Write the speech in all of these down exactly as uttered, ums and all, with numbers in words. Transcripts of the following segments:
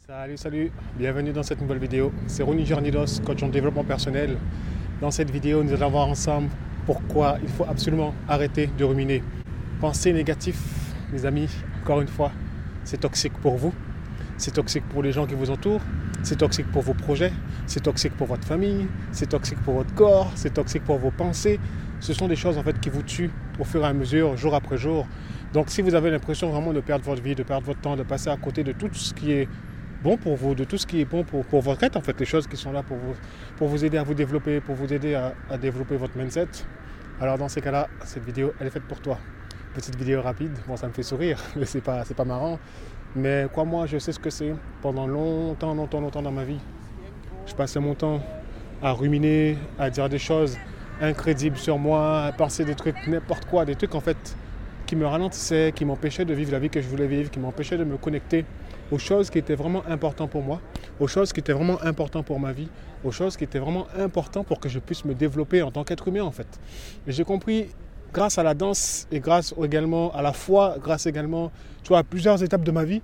Salut, salut, bienvenue dans cette nouvelle vidéo. C'est Ronnie Jarnidos, coach en développement personnel. Dans cette vidéo, nous allons voir ensemble pourquoi il faut absolument arrêter de ruminer. Penser négatif, mes amis, encore une fois, c'est toxique pour vous, c'est toxique pour les gens qui vous entourent, c'est toxique pour vos projets, c'est toxique pour votre famille, c'est toxique pour votre corps, c'est toxique pour vos pensées. Ce sont des choses en fait qui vous tuent au fur et à mesure, jour après jour. Donc si vous avez l'impression vraiment de perdre votre vie, de perdre votre temps, de passer à côté de tout ce qui est bon pour vous, de tout ce qui est bon pour, pour votre être, en fait, les choses qui sont là pour vous, pour vous aider à vous développer, pour vous aider à, à développer votre mindset. Alors dans ces cas-là, cette vidéo, elle est faite pour toi. Petite vidéo rapide, bon ça me fait sourire, mais c'est pas, c'est pas marrant. Mais crois-moi, je sais ce que c'est. Pendant longtemps, longtemps, longtemps dans ma vie, je passais mon temps à ruminer, à dire des choses incrédibles sur moi, à penser des trucs, n'importe quoi, des trucs en fait qui me ralentissaient, qui m'empêchaient de vivre la vie que je voulais vivre, qui m'empêchaient de me connecter aux choses qui étaient vraiment importantes pour moi, aux choses qui étaient vraiment importantes pour ma vie, aux choses qui étaient vraiment importantes pour que je puisse me développer en tant qu'être humain en fait. Et j'ai compris grâce à la danse et grâce également à la foi, grâce également tu vois, à plusieurs étapes de ma vie,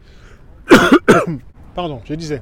pardon, je disais,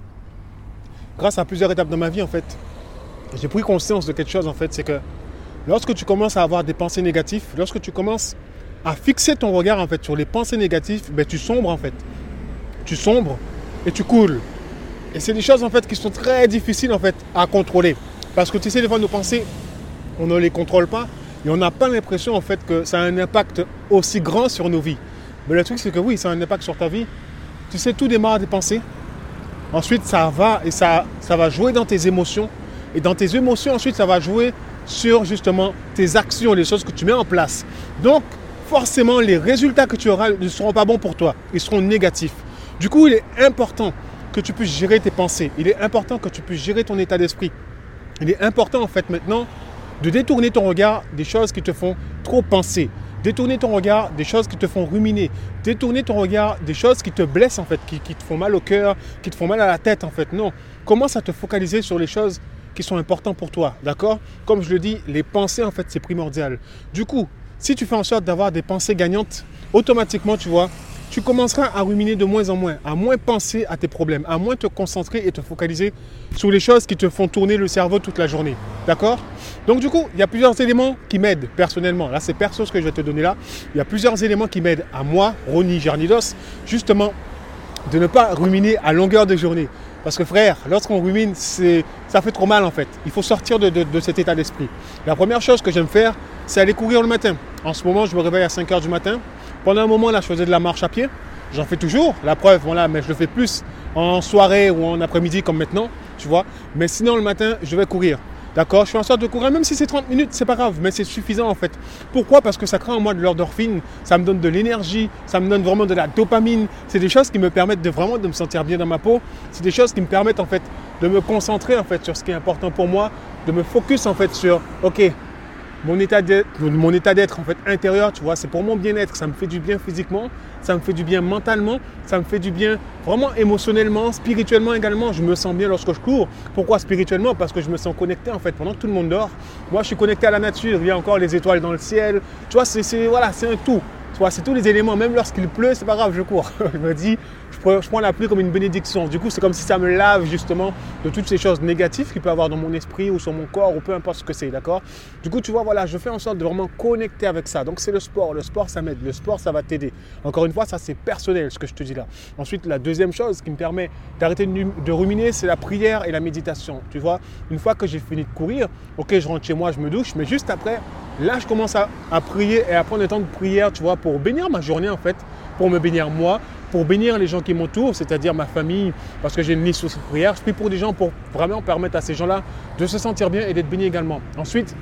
grâce à plusieurs étapes de ma vie en fait, j'ai pris conscience de quelque chose en fait, c'est que lorsque tu commences à avoir des pensées négatives, lorsque tu commences à fixer ton regard en fait sur les pensées négatives, ben, tu sombres en fait. Tu sombres et tu coules. Et c'est des choses en fait qui sont très difficiles en fait à contrôler. Parce que tu sais, des fois nos pensées, on ne les contrôle pas et on n'a pas l'impression en fait que ça a un impact aussi grand sur nos vies. Mais le truc c'est que oui, ça a un impact sur ta vie. Tu sais, tout démarre des pensées. Ensuite, ça va et ça, ça va jouer dans tes émotions. Et dans tes émotions, ensuite, ça va jouer sur justement tes actions, les choses que tu mets en place. Donc, forcément, les résultats que tu auras ne seront pas bons pour toi. Ils seront négatifs. Du coup, il est important que tu puisses gérer tes pensées. Il est important que tu puisses gérer ton état d'esprit. Il est important, en fait, maintenant, de détourner ton regard des choses qui te font trop penser. Détourner ton regard des choses qui te font ruminer. Détourner ton regard des choses qui te blessent, en fait, qui, qui te font mal au cœur, qui te font mal à la tête, en fait. Non. Commence à te focaliser sur les choses qui sont importantes pour toi. D'accord ? Comme je le dis, les pensées, en fait, c'est primordial. Du coup, si tu fais en sorte d'avoir des pensées gagnantes, automatiquement, tu vois, tu commenceras à ruminer de moins en moins, à moins penser à tes problèmes, à moins te concentrer et te focaliser sur les choses qui te font tourner le cerveau toute la journée. D'accord ? Donc du coup, il y a plusieurs éléments qui m'aident personnellement. Là, c'est perso ce que je vais te donner là. Il y a plusieurs éléments qui m'aident à moi, Ronnie Jarnidos, justement, de ne pas ruminer à longueur de journée. Parce que frère, lorsqu'on rumine, c'est, ça fait trop mal en fait. Il faut sortir de, de, de cet état d'esprit. La première chose que j'aime faire, c'est aller courir le matin. En ce moment, je me réveille à cinq heures du matin. Pendant un moment, là, je faisais de la marche à pied. J'en fais toujours. La preuve, voilà, mais je le fais plus en soirée ou en après-midi comme maintenant, tu vois. Mais sinon, le matin, je vais courir. D'accord ? Je fais en sorte de courir, même si c'est trente minutes, c'est pas grave, mais c'est suffisant en fait. Pourquoi ? Parce que ça crée en moi de l'endorphine, ça me donne de l'énergie, ça me donne vraiment de la dopamine. C'est des choses qui me permettent de vraiment de me sentir bien dans ma peau. C'est des choses qui me permettent en fait de me concentrer en fait sur ce qui est important pour moi, de me focus en fait sur, ok, mon état d'être, mon état d'être en fait intérieur, tu vois, c'est pour mon bien-être, ça me fait du bien physiquement, ça me fait du bien mentalement, ça me fait du bien vraiment émotionnellement, spirituellement également. Je me sens bien lorsque je cours. Pourquoi spirituellement ? Parce que je me sens connecté en fait pendant que tout le monde dort. Moi, je suis connecté à la nature. Il y a encore les étoiles dans le ciel. Tu vois, c'est, c'est voilà, c'est un tout. Tu vois, c'est tous les éléments. Même lorsqu'il pleut, c'est pas grave, je cours. Je me dis, je prends, je prends la pluie comme une bénédiction. Du coup, c'est comme si ça me lave justement de toutes ces choses négatives qu'il peut y avoir dans mon esprit ou sur mon corps ou peu importe ce que c'est, d'accord ? Du coup, tu vois, voilà, je fais en sorte de vraiment connecter avec ça. Donc, c'est le sport. Le sport, ça m'aide. Le sport, ça va t'aider. Encore une fois, ça, c'est personnel, ce que je te dis là. Ensuite, la deuxième chose qui me permet d'arrêter de ruminer, c'est la prière et la méditation. Tu vois, une fois que j'ai fini de courir, ok, je rentre chez moi, je me douche, mais juste après, là, je commence à, à prier et à prendre le temps de prière, tu vois, pour bénir ma journée en fait, pour me bénir moi, pour bénir les gens qui m'entourent, c'est-à-dire ma famille, parce que j'ai une liste aussi de prières. Je prie pour des gens pour vraiment permettre à ces gens-là de se sentir bien et d'être bénis également. Ensuite,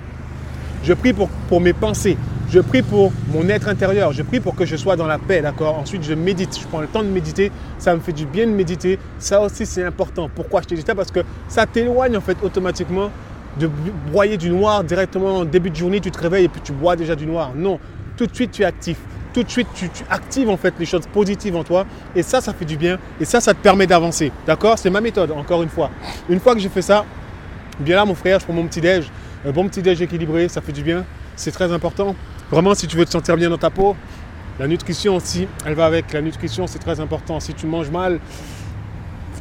je prie pour, pour mes pensées, je prie pour mon être intérieur, je prie pour que je sois dans la paix, d'accord ? Ensuite, je médite, je prends le temps de méditer, ça me fait du bien de méditer. Ça aussi, c'est important. Pourquoi je te dis ça ? Parce que ça t'éloigne en fait automatiquement de broyer du noir directement en début de journée, tu te réveilles et puis tu bois déjà du noir. Non, tout de suite tu es actif. Tout de suite tu, tu actives en fait les choses positives en toi et ça, ça fait du bien et ça, ça te permet d'avancer. D'accord ? C'est ma méthode, encore une fois. Une fois que j'ai fait ça, bien là mon frère, je prends mon petit déj, un bon petit déj équilibré, ça fait du bien. C'est très important. Vraiment, si tu veux te sentir bien dans ta peau, la nutrition aussi, elle va avec. La nutrition, c'est très important. Si tu manges mal,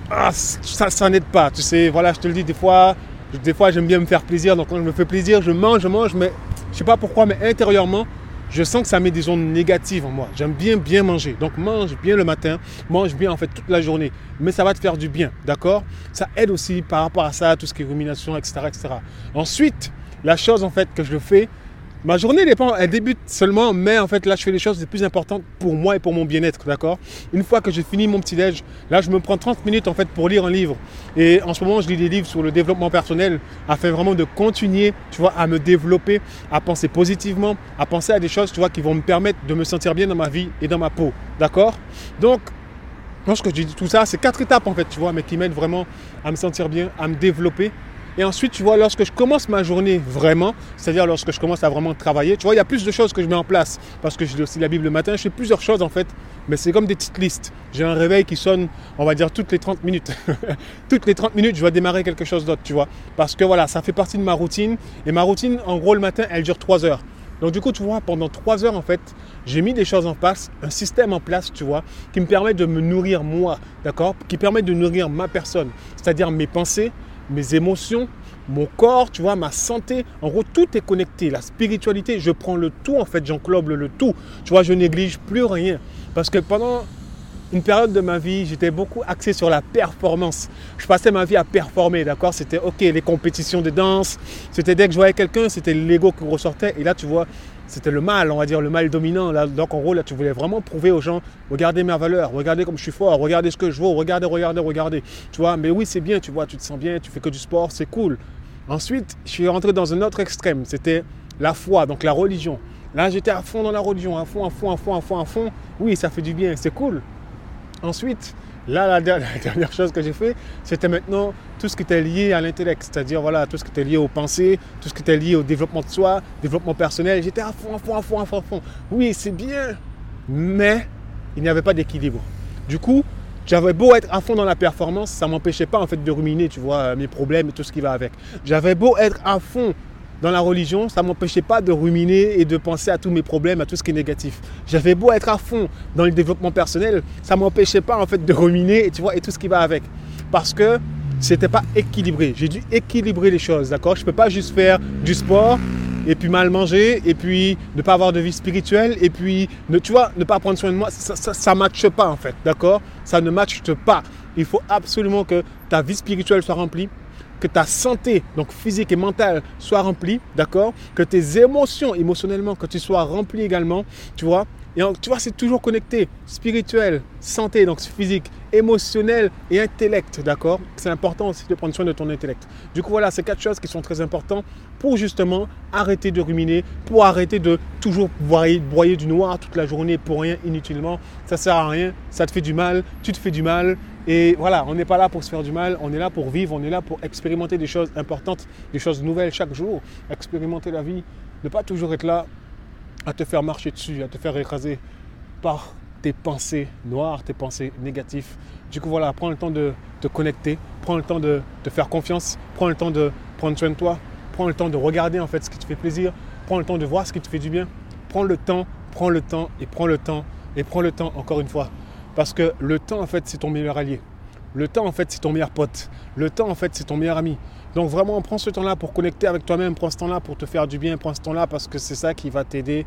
ah, ça, ça n'aide pas. Tu sais, voilà, je te le dis, des fois, des fois j'aime bien me faire plaisir. Donc quand je me fais plaisir, je mange, je mange, mais je ne sais pas pourquoi, mais intérieurement, je sens que ça met des ondes négatives en moi. J'aime bien bien manger. Donc mange bien le matin, mange bien en fait toute la journée. Mais ça va te faire du bien, d'accord? Ça aide aussi par rapport à ça, tout ce qui est rumination, et cetera, et cetera. Ensuite, la chose en fait que je fais, ma journée dépend, elle débute seulement, mais en fait là je fais les choses les plus importantes pour moi et pour mon bien-être, d'accord? Une fois que j'ai fini mon petit-déj, là je me prends trente minutes en fait pour lire un livre. Et en ce moment je lis des livres sur le développement personnel afin vraiment de continuer, tu vois, à me développer, à penser positivement, à penser à des choses, tu vois, qui vont me permettre de me sentir bien dans ma vie et dans ma peau, d'accord? Donc, lorsque je dis tout ça, c'est quatre étapes en fait, tu vois, mais qui m'aident vraiment à me sentir bien, à me développer. Et ensuite, tu vois, lorsque je commence ma journée vraiment, c'est-à-dire lorsque je commence à vraiment travailler, tu vois, il y a plus de choses que je mets en place. Parce que je lis aussi la Bible le matin, je fais plusieurs choses en fait, mais c'est comme des petites listes. J'ai un réveil qui sonne, on va dire, toutes les trente minutes. Toutes les trente minutes, je vais démarrer quelque chose d'autre, tu vois. Parce que voilà, ça fait partie de ma routine. Et ma routine, en gros, le matin, elle dure trois heures. Donc du coup, tu vois, pendant trois heures, en fait, j'ai mis des choses en place, un système en place, tu vois, qui me permet de me nourrir moi, d'accord? Qui permet de nourrir ma personne, c'est-à-dire mes pensées, mes émotions, mon corps, tu vois, ma santé. En gros, tout est connecté. La spiritualité, je prends le tout, en fait, j'englobe le tout. Tu vois, je néglige plus rien. Parce que pendant une période de ma vie, j'étais beaucoup axé sur la performance. Je passais ma vie à performer, d'accord? C'était OK, les compétitions de danse. C'était dès que je voyais quelqu'un, c'était l'ego qui ressortait. Et là, tu vois, c'était le mal, on va dire, le mal dominant. Là, donc, en gros, là, tu voulais vraiment prouver aux gens, regardez mes valeurs, regardez comme je suis fort, regardez ce que je vaux, regardez, regardez, regardez. Tu vois, mais oui, c'est bien, tu vois, tu te sens bien, tu fais que du sport, c'est cool. Ensuite, je suis rentré dans un autre extrême, c'était la foi, donc la religion. Là, j'étais à fond dans la religion, à fond, à fond, à fond, à fond, à fond. Oui, ça fait du bien, c'est cool. Ensuite, là, la dernière chose que j'ai fait, c'était maintenant tout ce qui était lié à l'intellect, c'est-à-dire voilà, tout ce qui était lié aux pensées, tout ce qui était lié au développement de soi, développement personnel. J'étais à fond, à fond, à fond, à fond, à fond. Oui, c'est bien, mais il n'y avait pas d'équilibre. Du coup, j'avais beau être à fond dans la performance, ça ne m'empêchait pas en fait de ruminer, tu vois, mes problèmes et tout ce qui va avec. J'avais beau être à fond dans la religion, ça ne m'empêchait pas de ruminer et de penser à tous mes problèmes, à tout ce qui est négatif. J'avais beau être à fond dans le développement personnel, ça ne m'empêchait pas en fait de ruminer et, tu vois, et tout ce qui va avec. Parce que ce n'était pas équilibré. J'ai dû équilibrer les choses, d'accord? Je ne peux pas juste faire du sport et puis mal manger et puis ne pas avoir de vie spirituelle et puis, ne, tu vois, ne pas prendre soin de moi. Ça ne matche pas en fait, d'accord? Ça ne matche pas. Il faut absolument que ta vie spirituelle soit remplie, que ta santé, donc physique et mentale, soit remplie, d'accord? Que tes émotions, émotionnellement, que tu sois rempli également, tu vois? Et tu vois, c'est toujours connecté, spirituel, santé, donc physique, émotionnel et intellect, d'accord? C'est important aussi de prendre soin de ton intellect. Du coup, voilà, c'est quatre choses qui sont très importantes pour justement arrêter de ruminer, pour arrêter de toujours broyer, broyer du noir toute la journée pour rien, inutilement. Ça ne sert à rien, ça te fait du mal, tu te fais du mal. Et voilà, on n'est pas là pour se faire du mal, on est là pour vivre, on est là pour expérimenter des choses importantes, des choses nouvelles chaque jour, expérimenter la vie, ne pas toujours être là à te faire marcher dessus, à te faire écraser par tes pensées noires, tes pensées négatives. Du coup, voilà, prends le temps de te connecter, prends le temps de te faire confiance, prends le temps de prendre soin de toi, prends le temps de regarder en fait ce qui te fait plaisir, prends le temps de voir ce qui te fait du bien. Prends le temps, prends le temps et prends le temps et prends le temps encore une fois. Parce que le temps, en fait, c'est ton meilleur allié. Le temps, en fait, c'est ton meilleur pote. Le temps, en fait, c'est ton meilleur ami. Donc vraiment, prends ce temps-là pour connecter avec toi-même. Prends ce temps-là pour te faire du bien. Prends ce temps-là parce que c'est ça qui va t'aider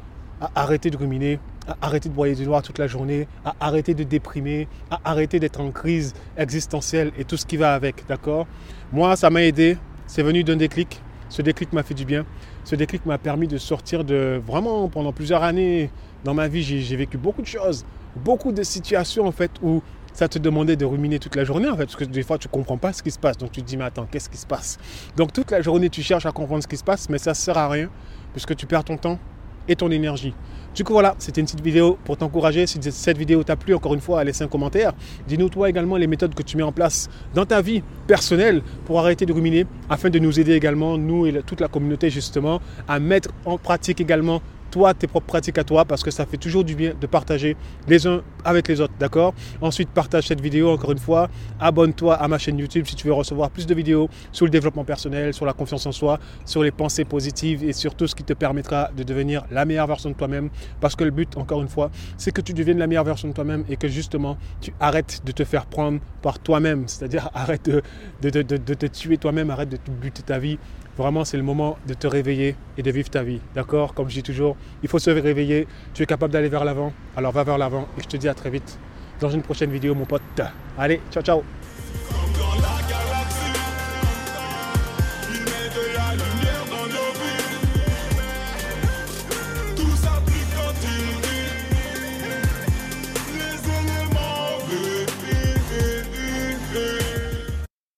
à arrêter de ruminer, à arrêter de broyer du noir toute la journée, à arrêter de déprimer, à arrêter d'être en crise existentielle et tout ce qui va avec, d'accord? Moi, ça m'a aidé. C'est venu d'un déclic. Ce déclic m'a fait du bien. Ce déclic m'a permis de sortir de... Vraiment, pendant plusieurs années dans ma vie, j'ai, j'ai vécu beaucoup de choses. Beaucoup de situations, en fait, où ça te demandait de ruminer toute la journée, en fait, parce que des fois, tu ne comprends pas ce qui se passe. Donc, tu te dis, mais attends, qu'est-ce qui se passe? Donc, toute la journée, tu cherches à comprendre ce qui se passe, mais ça ne sert à rien, puisque tu perds ton temps et ton énergie. Du coup, voilà, c'était une petite vidéo pour t'encourager. Si cette vidéo t'a plu, encore une fois, laisse un commentaire. Dis-nous, toi, également, les méthodes que tu mets en place dans ta vie personnelle pour arrêter de ruminer, afin de nous aider également, nous et toute la communauté, justement, à mettre en pratique également toi, tes propres pratiques à toi, parce que ça fait toujours du bien de partager les uns avec les autres, d'accord? Ensuite, partage cette vidéo, encore une fois. Abonne-toi à ma chaîne YouTube si tu veux recevoir plus de vidéos sur le développement personnel, sur la confiance en soi, sur les pensées positives et sur tout ce qui te permettra de devenir la meilleure version de toi-même. Parce que le but, encore une fois, c'est que tu deviennes la meilleure version de toi-même et que justement, tu arrêtes de te faire prendre par toi-même. C'est-à-dire, arrête de, de, de, de, de te tuer toi-même, arrête de te buter ta vie. Vraiment, c'est le moment de te réveiller et de vivre ta vie. D'accord? Comme je dis toujours, il faut se réveiller. Tu es capable d'aller vers l'avant. Alors va vers l'avant et je te dis à très vite dans une prochaine vidéo, mon pote. Allez, ciao, ciao!